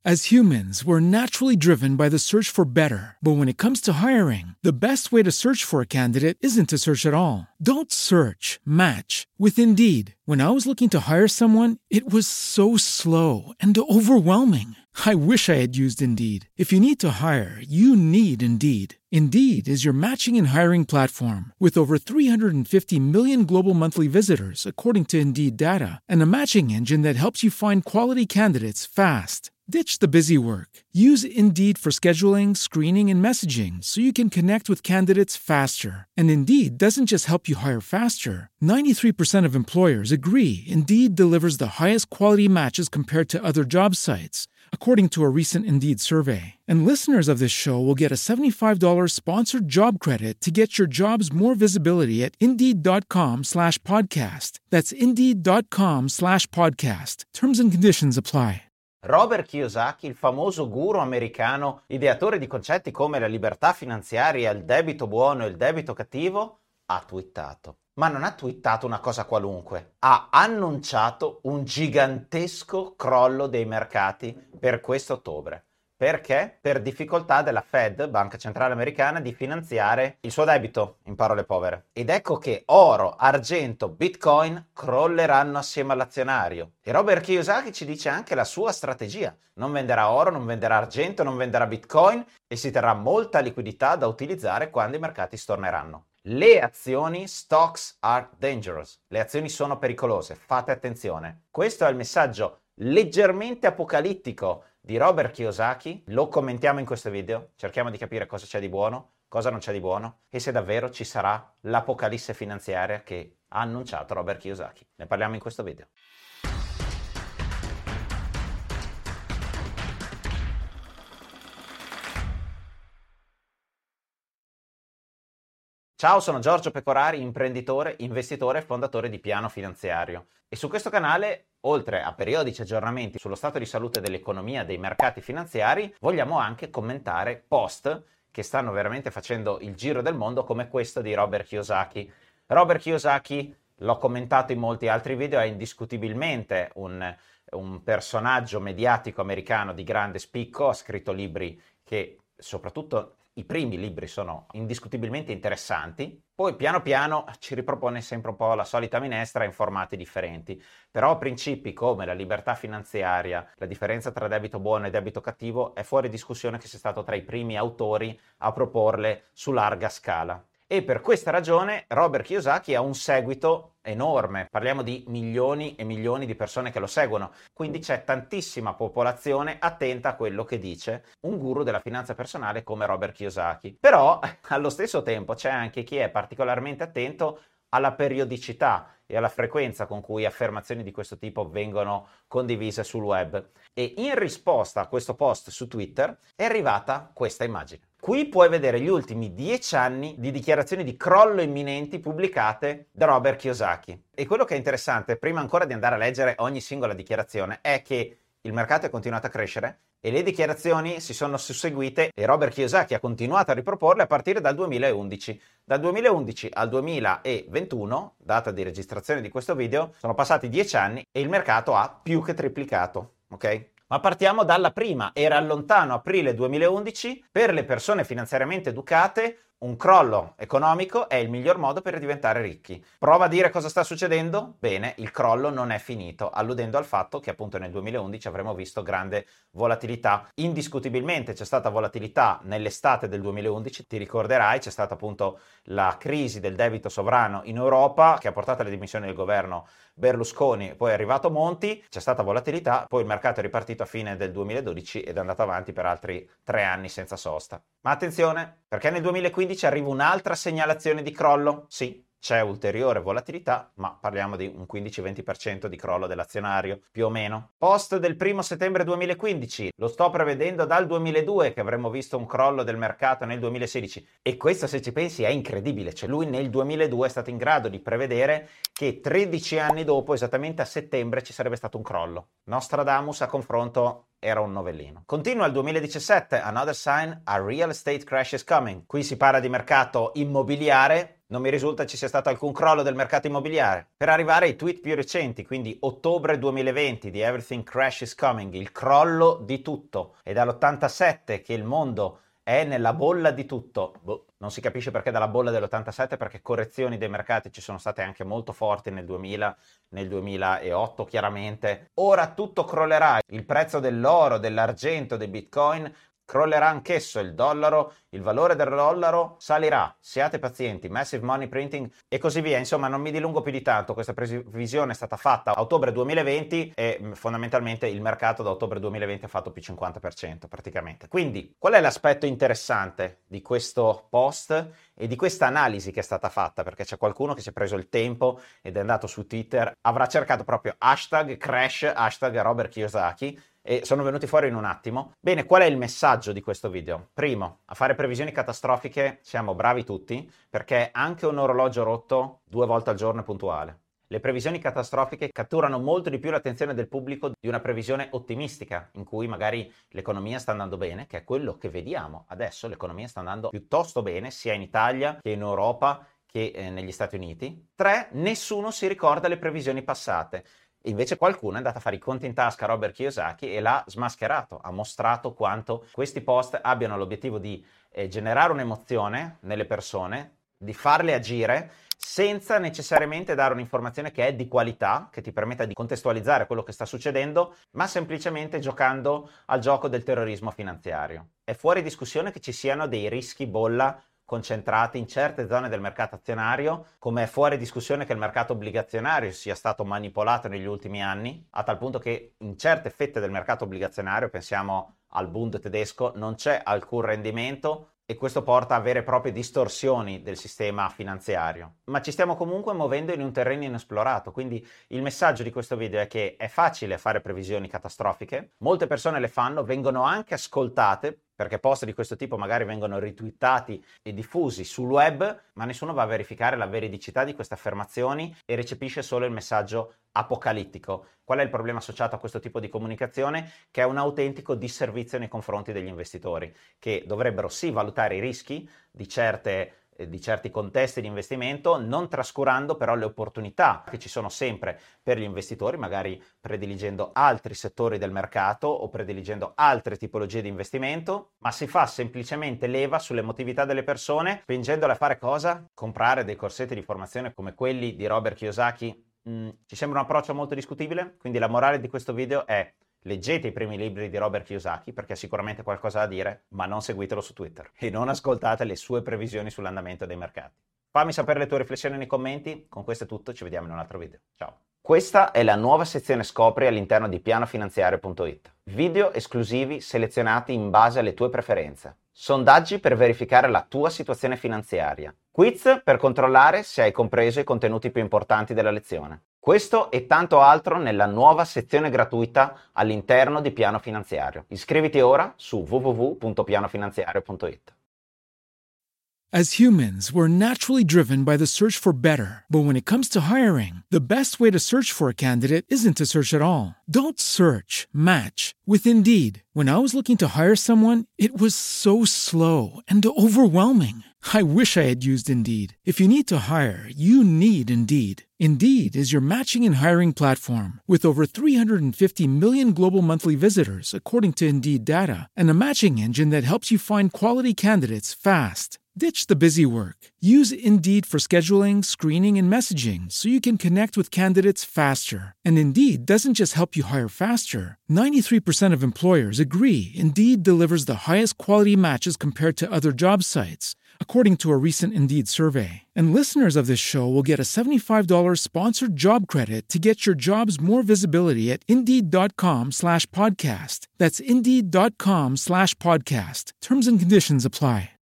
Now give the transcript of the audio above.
As humans, we're naturally driven by the search for better. But when it comes to hiring, the best way to search for a candidate isn't to search at all. Don't search, match with Indeed. When I was looking to hire someone, it was so slow and overwhelming. I wish I had used Indeed. If you need to hire, you need Indeed. Indeed is your matching and hiring platform with over 350 million global monthly visitors, according to Indeed data, and a matching engine that helps you find quality candidates fast. Ditch the busy work. Use Indeed for scheduling, screening, and messaging so you can connect with candidates faster. And Indeed doesn't just help you hire faster. 93% of employers agree Indeed delivers the highest quality matches compared to other job sites, according to a recent Indeed survey. And listeners of this show will get a $75 sponsored job credit to get your jobs more visibility at Indeed.com/podcast. That's Indeed.com/podcast. Terms and conditions apply. Robert Kiyosaki, il famoso guru americano, ideatore di concetti come la libertà finanziaria, il debito buono e il debito cattivo, ha twittato. Ma non ha twittato una cosa qualunque, ha annunciato un gigantesco crollo dei mercati per questo ottobre. Perché? Per difficoltà della Fed, Banca Centrale Americana, di finanziare il suo debito, in parole povere. Ed ecco che oro, argento, bitcoin crolleranno assieme all'azionario. E Robert Kiyosaki ci dice anche la sua strategia. Non venderà oro, non venderà argento, non venderà bitcoin e si terrà molta liquidità da utilizzare quando i mercati storneranno. Le azioni, stocks are dangerous. Le azioni sono pericolose, fate attenzione. Questo è il messaggio leggermente apocalittico di Robert Kiyosaki. Lo commentiamo in questo video, cerchiamo di capire cosa c'è di buono, cosa non c'è di buono e se davvero ci sarà l'apocalisse finanziaria che ha annunciato Robert Kiyosaki. Ne parliamo in questo video. Ciao, sono Giorgio Pecorari, imprenditore, investitore e fondatore di Piano Finanziario. E su questo canale, oltre a periodici aggiornamenti sullo stato di salute dell'economia e dei mercati finanziari, vogliamo anche commentare post che stanno veramente facendo il giro del mondo, come questo di Robert Kiyosaki. Robert Kiyosaki, l'ho commentato in molti altri video, è indiscutibilmente un personaggio mediatico americano di grande spicco, ha scritto libri che soprattutto i primi libri sono indiscutibilmente interessanti, poi piano piano ci ripropone sempre un po' la solita minestra in formati differenti, però principi come la libertà finanziaria, la differenza tra debito buono e debito cattivo è fuori discussione che sia stato tra i primi autori a proporle su larga scala. E per questa ragione Robert Kiyosaki ha un seguito enorme, parliamo di milioni e milioni di persone che lo seguono, quindi c'è tantissima popolazione attenta a quello che dice un guru della finanza personale come Robert Kiyosaki. Però allo stesso tempo c'è anche chi è particolarmente attento alla periodicità e alla frequenza con cui affermazioni di questo tipo vengono condivise sul web. E in risposta a questo post su Twitter è arrivata questa immagine. Qui puoi vedere gli ultimi 10 anni di dichiarazioni di crollo imminenti pubblicate da Robert Kiyosaki. E quello che è interessante, prima ancora di andare a leggere ogni singola dichiarazione, è che il mercato è continuato a crescere e le dichiarazioni si sono susseguite e Robert Kiyosaki ha continuato a riproporle a partire dal 2011. Dal 2011 al 2021, data di registrazione di questo video, sono passati 10 anni e il mercato ha più che triplicato, ok? Ma partiamo dalla prima, era lontano aprile 2011, per le persone finanziariamente educate un crollo economico è il miglior modo per diventare ricchi. Prova a dire cosa sta succedendo? Bene, il crollo non è finito, alludendo al fatto che appunto nel 2011 avremo visto grande volatilità. Indiscutibilmente c'è stata volatilità nell'estate del 2011, ti ricorderai, c'è stata appunto la crisi del debito sovrano in Europa che ha portato alle dimissioni del governo Berlusconi, poi è arrivato Monti, c'è stata volatilità, poi il mercato è ripartito a fine del 2012 ed è andato avanti per altri 3 anni senza sosta. Ma attenzione, perché nel 2015 arriva un'altra segnalazione di crollo? Sì, c'è ulteriore volatilità, ma parliamo di un 15-20% di crollo dell'azionario, più o meno. Post del 1 settembre 2015, lo sto prevedendo dal 2002 che avremmo visto un crollo del mercato nel 2016. E questo, se ci pensi, è incredibile. Cioè lui nel 2002 è stato in grado di prevedere che 13 anni dopo, esattamente a settembre, ci sarebbe stato un crollo. Nostradamus a confronto era un novellino. Continua il 2017, another sign, a real estate crash is coming. Qui si parla di mercato immobiliare. Non mi risulta ci sia stato alcun crollo del mercato immobiliare. Per arrivare ai tweet più recenti, quindi ottobre 2020 di Everything Crash is Coming, il crollo di tutto. È dall'87 che il mondo è nella bolla di tutto. Non si capisce perché dalla bolla dell'87, perché correzioni dei mercati ci sono state anche molto forti nel 2000, nel 2008 chiaramente. Ora tutto crollerà. Il prezzo dell'oro, dell'argento, dei bitcoin crollerà anch'esso, il dollaro, il valore del dollaro salirà, siate pazienti, massive money printing e così via. Insomma, non mi dilungo più di tanto, questa previsione è stata fatta a ottobre 2020 e fondamentalmente il mercato da ottobre 2020 ha fatto più 50% praticamente. Quindi, qual è l'aspetto interessante di questo post e di questa analisi che è stata fatta? Perché c'è qualcuno che si è preso il tempo ed è andato su Twitter, avrà cercato proprio hashtag crash, hashtag Robert Kiyosaki, e sono venuti fuori in un attimo. Bene, qual è il messaggio di questo video? Primo, a fare previsioni catastrofiche siamo bravi tutti, perché anche un orologio rotto 2 volte al giorno è puntuale. Le previsioni catastrofiche catturano molto di più l'attenzione del pubblico di una previsione ottimistica, in cui magari l'economia sta andando bene, che è quello che vediamo adesso. L'economia sta andando piuttosto bene, sia in Italia che in Europa che negli Stati Uniti. 3, nessuno si ricorda le previsioni passate. Invece qualcuno è andato a fare i conti in tasca a Robert Kiyosaki e l'ha smascherato, ha mostrato quanto questi post abbiano l'obiettivo di generare un'emozione nelle persone, di farle agire senza necessariamente dare un'informazione che è di qualità, che ti permetta di contestualizzare quello che sta succedendo, ma semplicemente giocando al gioco del terrorismo finanziario. È fuori discussione che ci siano dei rischi bolla concentrati in certe zone del mercato azionario, come è fuori discussione che il mercato obbligazionario sia stato manipolato negli ultimi anni, a tal punto che in certe fette del mercato obbligazionario, pensiamo al Bund tedesco, non c'è alcun rendimento e questo porta a vere e proprie distorsioni del sistema finanziario. Ma ci stiamo comunque muovendo in un terreno inesplorato, quindi il messaggio di questo video è che è facile fare previsioni catastrofiche, molte persone le fanno, vengono anche ascoltate, perché post di questo tipo magari vengono retweetati e diffusi sul web, ma nessuno va a verificare la veridicità di queste affermazioni e recepisce solo il messaggio apocalittico. Qual è il problema associato a questo tipo di comunicazione? Che è un autentico disservizio nei confronti degli investitori, che dovrebbero sì valutare i rischi di certi contesti di investimento, non trascurando però le opportunità che ci sono sempre per gli investitori, magari prediligendo altri settori del mercato o prediligendo altre tipologie di investimento, ma si fa semplicemente leva sull'emotività delle persone, spingendole a fare cosa? Comprare dei corsetti di formazione come quelli di Robert Kiyosaki. Ci sembra un approccio molto discutibile, quindi la morale di questo video è: leggete i primi libri di Robert Kiyosaki perché ha sicuramente qualcosa da dire, ma non seguitelo su Twitter e non ascoltate le sue previsioni sull'andamento dei mercati. Fammi sapere le tue riflessioni nei commenti. Con questo è tutto, ci vediamo in un altro video. Ciao! Questa è la nuova sezione Scopri all'interno di pianofinanziario.it. Video esclusivi selezionati in base alle tue preferenze. Sondaggi per verificare la tua situazione finanziaria. Quiz per controllare se hai compreso i contenuti più importanti della lezione. Questo e tanto altro nella nuova sezione gratuita all'interno di Piano Finanziario. Iscriviti ora su www.pianofinanziario.it. As humans, we're naturally driven by the search for better. But when it comes to hiring, the best way to search for a candidate isn't to search at all. Don't search, match with Indeed. When I was looking to hire someone, it was so slow and overwhelming. I wish I had used Indeed. If you need to hire, you need Indeed. Indeed is your matching and hiring platform with over 350 million global monthly visitors, according to Indeed data, and a matching engine that helps you find quality candidates fast. Ditch the busy work. Use Indeed for scheduling, screening, and messaging so you can connect with candidates faster. And Indeed doesn't just help you hire faster. 93% of employers agree Indeed delivers the highest quality matches compared to other job sites, according to a recent Indeed survey. And listeners of this show will get a $75 sponsored job credit to get your jobs more visibility at Indeed.com/podcast. That's Indeed.com/podcast. Terms and conditions apply.